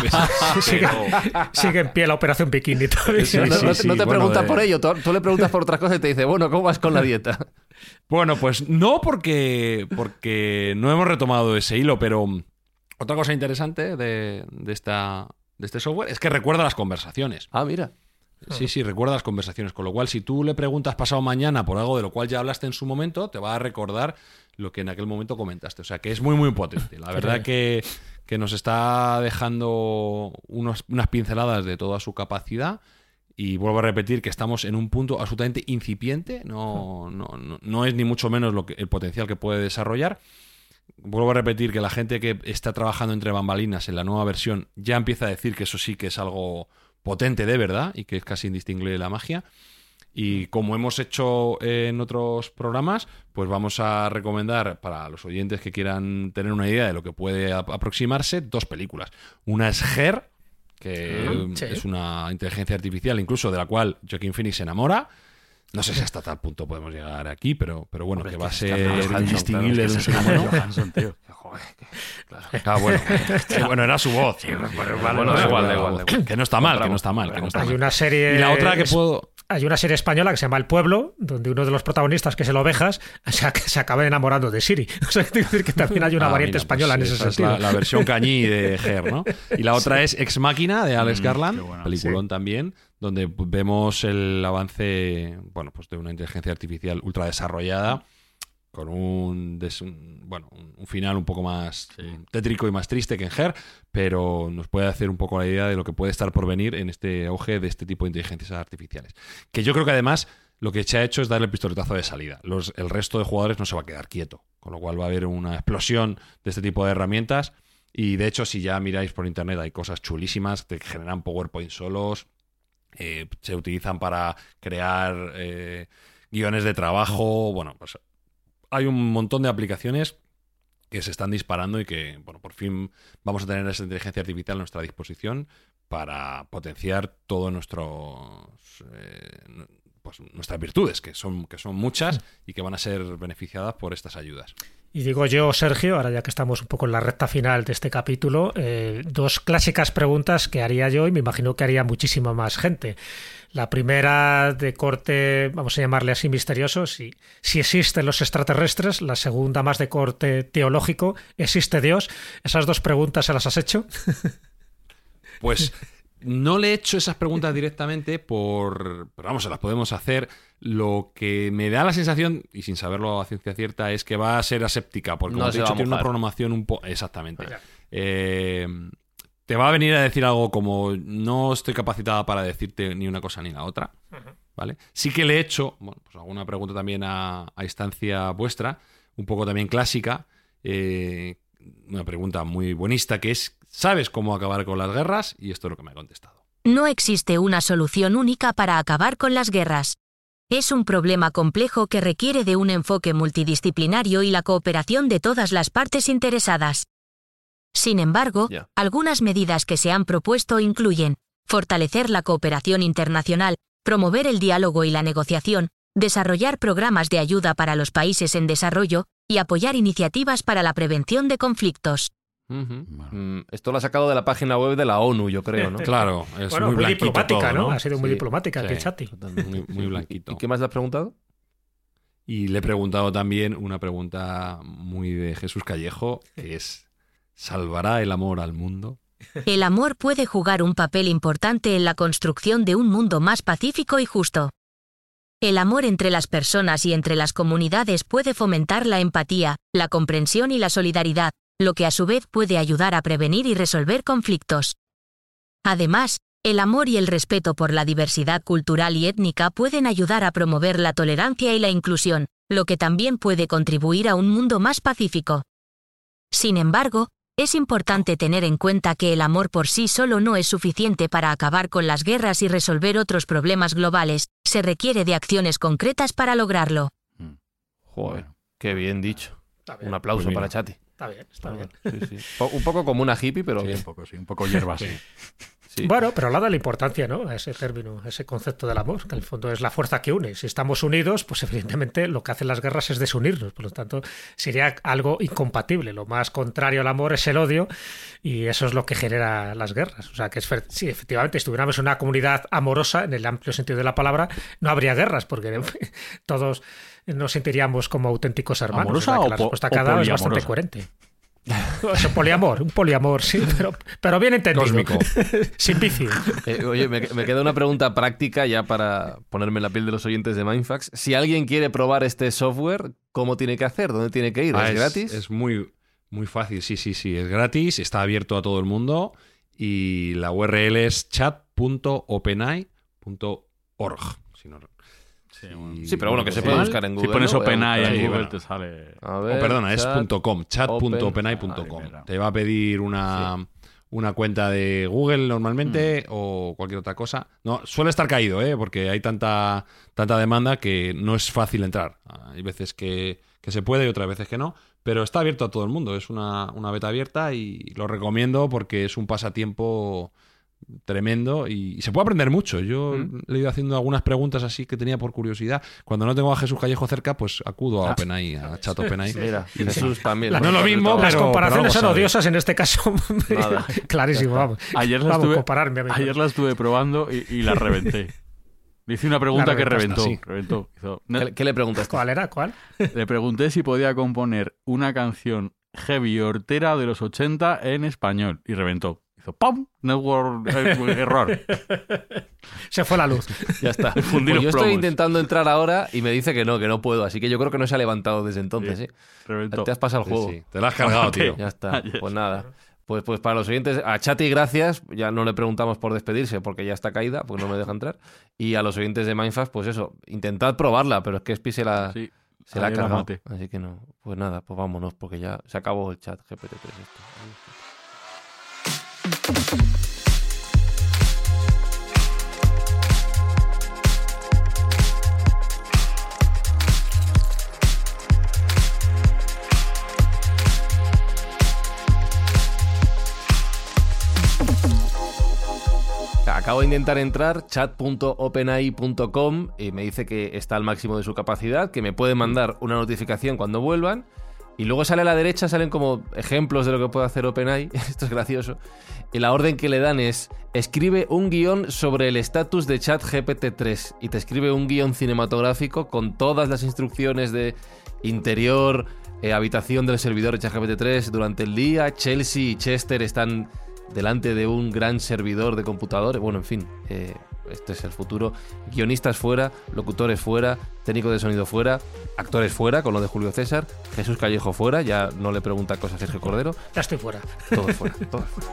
Sigue en pie la operación bikini todavía. No te preguntas por ello, tú le preguntas por otras cosas y te dice, bueno, ¿cómo vas con la dieta? Bueno, pues no, porque no hemos retomado ese hilo, pero otra cosa interesante de este software es que recuerda las conversaciones. Ah, mira. Sí, recuerda las conversaciones, con lo cual si tú le preguntas pasado mañana por algo de lo cual ya hablaste en su momento, te va a recordar lo que en aquel momento comentaste. O sea, que es muy, muy potente. La verdad que nos está dejando unas pinceladas de toda su capacidad, y vuelvo a repetir que estamos en un punto absolutamente incipiente, no es ni mucho menos el potencial que puede desarrollar. Vuelvo a repetir que la gente que está trabajando entre bambalinas en la nueva versión ya empieza a decir que eso sí que es algo potente de verdad y que es casi indistinguible de la magia. Y como hemos hecho en otros programas, pues vamos a recomendar para los oyentes que quieran tener una idea de lo que puede aproximarse 2 películas. Una es Her, que es una inteligencia artificial incluso de la cual Joaquin Phoenix se enamora. No sé si hasta tal punto podemos llegar aquí, pero bueno, que va a ser indistinguible de un ser humano. Bueno, era su voz. Da igual. Que no está mal. Hay una serie... Y la otra que puedo... Hay una serie española que se llama El Pueblo, donde uno de los protagonistas, que es el Ovejas, se acaba enamorando de Siri. O sea, que decir que también hay una variante española en ese sentido. Es la versión cañí de Her, ¿no? Y la otra es Ex Máquina, de Alex Garland, peliculón también, donde vemos el avance, bueno, pues de una inteligencia artificial ultra desarrollada, con un final un poco más tétrico y más triste que en Her, pero nos puede hacer un poco la idea de lo que puede estar por venir en este auge de este tipo de inteligencias artificiales. Que yo creo que además lo que se ha hecho es darle el pistoletazo de salida. El resto de jugadores no se va a quedar quieto, con lo cual va a haber una explosión de este tipo de herramientas. Y de hecho, si ya miráis por internet, hay cosas chulísimas que generan PowerPoint solos, se utilizan para crear guiones de trabajo. Bueno, pues hay un montón de aplicaciones que se están disparando y que, bueno, por fin vamos a tener esa inteligencia artificial a nuestra disposición para potenciar todos nuestras virtudes, que son muchas y que van a ser beneficiadas por estas ayudas. Y digo yo, Sergio, ahora ya que estamos un poco en la recta final de este capítulo, 2 clásicas preguntas que haría yo y me imagino que haría muchísima más gente. La primera de corte, vamos a llamarle así, misterioso, si existen los extraterrestres. La segunda más de corte teológico, ¿existe Dios? ¿Esas 2 preguntas se las has hecho? Pues no le he hecho esas preguntas directamente pero vamos, se las podemos hacer. Lo que me da la sensación, y sin saberlo a ciencia cierta, es que va a ser aséptica, porque como te he dicho, tiene una programación un poco... Exactamente. Te va a venir a decir algo como no estoy capacitada para decirte ni una cosa ni la otra, ¿vale? Sí que le he hecho, bueno, pues alguna pregunta también a instancia vuestra, un poco también clásica, una pregunta muy buenista que es, ¿sabes cómo acabar con las guerras? Y esto es lo que me ha contestado. No existe una solución única para acabar con las guerras. Es un problema complejo que requiere de un enfoque multidisciplinario y la cooperación de todas las partes interesadas. Sin embargo, algunas medidas que se han propuesto incluyen fortalecer la cooperación internacional, promover el diálogo y la negociación, desarrollar programas de ayuda para los países en desarrollo y apoyar iniciativas para la prevención de conflictos. Esto lo ha sacado de la página web de la ONU, yo creo, ¿no? Claro, es bueno, muy diplomática, todo, ¿no? Ha sido muy diplomática el Chati. Muy blanquito. ¿Y qué más le has preguntado? Y le he preguntado también una pregunta muy de Jesús Callejo, que es, ¿salvará el amor al mundo? El amor puede jugar un papel importante en la construcción de un mundo más pacífico y justo. El amor entre las personas y entre las comunidades puede fomentar la empatía, la comprensión y la solidaridad, lo que a su vez puede ayudar a prevenir y resolver conflictos. Además, el amor y el respeto por la diversidad cultural y étnica pueden ayudar a promover la tolerancia y la inclusión, lo que también puede contribuir a un mundo más pacífico. Sin embargo, es importante tener en cuenta que el amor por sí solo no es suficiente para acabar con las guerras y resolver otros problemas globales, se requiere de acciones concretas para lograrlo. Joder, qué bien dicho. Un aplauso pues para Chati. Está bien. Sí. Un poco como una hippie, pero bien. Un poco hierba, sí. Bueno, pero le da la importancia, ¿no?, a ese término, a ese concepto del amor, que en el fondo es la fuerza que une. Si estamos unidos, pues evidentemente lo que hacen las guerras es desunirnos. Por lo tanto, sería algo incompatible. Lo más contrario al amor es el odio y eso es lo que genera las guerras. O sea, que sí, efectivamente, si tuviéramos una comunidad amorosa, en el amplio sentido de la palabra, no habría guerras, porque todos nos sentiríamos como auténticos hermanos. ¿Amorosa? O sea, que la respuesta que ha dado es bastante coherente. Un poliamor, sí, pero bien entendido. Cósmico. Sin vicio. Oye, me queda una pregunta práctica ya para ponerme en la piel de los oyentes de Mindfax. Si alguien quiere probar este software, ¿cómo tiene que hacer? ¿Dónde tiene que ir? ¿Es gratis? Es muy fácil, sí, es gratis, está abierto a todo el mundo y la URL es chat.openai.org. Sí, pero bueno, que se puede buscar en Google. Si pones OpenAI en Google bueno, te sale... perdona, es .com, chat.openai.com. Te va a pedir una cuenta de Google normalmente o cualquier otra cosa. No, suele estar caído, porque hay tanta demanda que no es fácil entrar. Hay veces que se puede y otras veces que no, pero está abierto a todo el mundo. Es una beta abierta y lo recomiendo porque es un pasatiempo tremendo y se puede aprender mucho. Yo le he ido haciendo algunas preguntas así que tenía por curiosidad. Cuando no tengo a Jesús Callejo cerca, pues acudo a OpenAI, a chat OpenAI. Mira, Jesús también. No es lo mismo, las pero comparaciones pero son odiosas en este caso. Clarísimo, vamos. Ayer la estuve probando y la reventé. Le hice una pregunta que reventó. ¿Qué le preguntaste? ¿Cuál era? ¿Cuál? Le pregunté si podía componer una canción heavy hortera de los 80 en español y reventó. Hizo ¡pum! Network error. Se fue la luz. Ya está. Pues yo estoy intentando entrar ahora y me dice que no puedo. Así que yo creo que no se ha levantado desde entonces. Reventó. Te has pasado el juego. Sí. Te lo has cargado, tío. Ya está. Pues nada. Pues para los oyentes, a Chati gracias, ya no le preguntamos por despedirse porque ya está caída, porque no me deja entrar. Y a los oyentes de Mindfax, pues eso, intentad probarla, pero es que Spi se la ha cargado. Así que no, pues nada, pues vámonos, porque ya se acabó el chat GPT-3. Acabo de intentar entrar chat.openai.com y me dice que está al máximo de su capacidad, que me puede mandar una notificación cuando vuelvan Y luego sale a la derecha, salen como ejemplos de lo que puede hacer OpenAI. Esto es gracioso. Y la orden que le dan es: escribe un guión sobre el estatus de ChatGPT-3. Y te escribe un guión cinematográfico con todas las instrucciones de interior, habitación del servidor de ChatGPT-3 durante el día. Chelsea y Chester están delante de un gran servidor de computadores. Bueno, en fin, este es el futuro. Guionistas fuera, locutores fuera, técnico de sonido fuera, actores fuera, con lo de Julio César, Jesús Callejo fuera, ya no le pregunta cosas a Sergio Cordero. Ya estoy fuera. Todos fuera, todos fuera.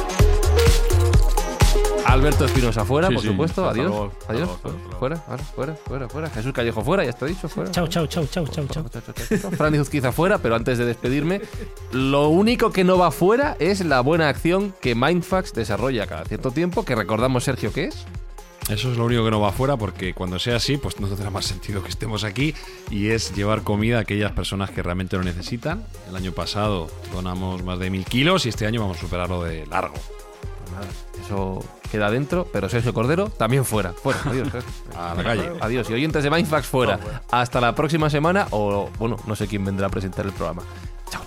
Alberto Espinosa fuera, por supuesto. Adiós. Adiós. Fuera. Jesús Callejo fuera, ya está dicho. Fuera. Chao. Fran Izuzquiza fuera, pero antes de despedirme, lo único que no va fuera es la buena acción que Mindfax desarrolla cada cierto tiempo, que recordamos, Sergio, ¿qué es? Eso es lo único que no va fuera, porque cuando sea así, pues no tendrá más sentido que estemos aquí, y es llevar comida a aquellas personas que realmente lo necesitan. El año pasado donamos más de 1.000 kilos y este año vamos a superarlo de largo. Pues nada, eso queda dentro, pero Sergio Cordero también fuera. Adiós. A la calle. Adiós. Y oyentes de Mindfax fuera. Hasta la próxima semana, o bueno, no sé quién vendrá a presentar el programa. Chao.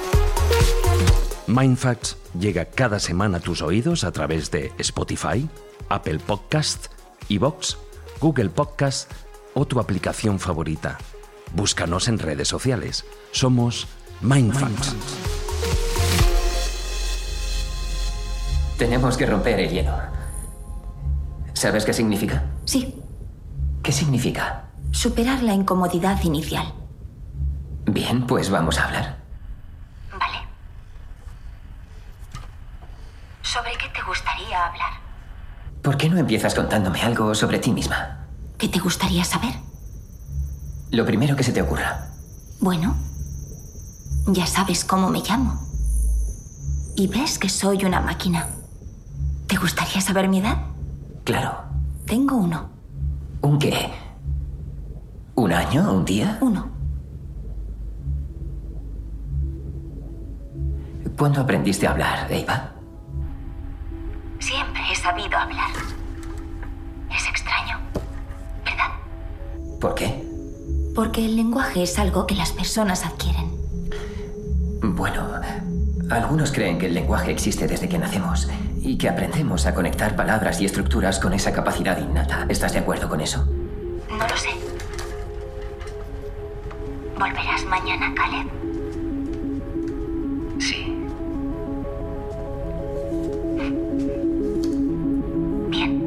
Mindfax llega cada semana a tus oídos a través de Spotify, Apple Podcast, iVoox, Google Podcast o tu aplicación favorita. Búscanos en redes sociales. Somos Mindfax. Tenemos que romper el hielo. ¿Sabes qué significa? Sí. ¿Qué significa? Superar la incomodidad inicial. Bien, pues vamos a hablar. Vale. ¿Sobre qué te gustaría hablar? ¿Por qué no empiezas contándome algo sobre ti misma? ¿Qué te gustaría saber? Lo primero que se te ocurra. Bueno, ya sabes cómo me llamo. Y ves que soy una máquina. ¿Te gustaría saber mi edad? Claro. Tengo 1. ¿Un qué? ¿Un año? ¿Un día? 1. ¿Cuándo aprendiste a hablar, Eva? Siempre he sabido hablar. Es extraño, ¿verdad? ¿Por qué? Porque el lenguaje es algo que las personas adquieren. Bueno, algunos creen que el lenguaje existe desde que nacemos y que aprendemos a conectar palabras y estructuras con esa capacidad innata. ¿Estás de acuerdo con eso? No lo sé. ¿Volverás mañana, Caleb? Sí. Bien.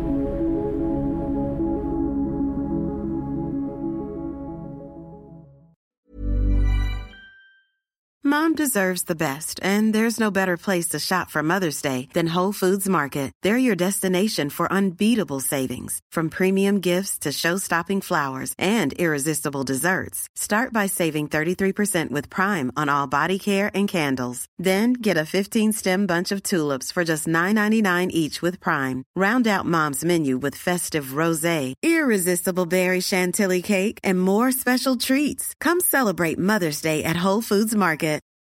Mom deserves the best, and there's no better place to shop for Mother's Day than Whole Foods Market. They're your destination for unbeatable savings, from premium gifts to show-stopping flowers and irresistible desserts. Start by saving 33% with Prime on all body care and candles. Then get a 15-stem bunch of tulips for just $9.99 each with Prime. Round out Mom's menu with festive rosé, irresistible berry chantilly cake, and more special treats. Come celebrate Mother's Day at Whole Foods Market.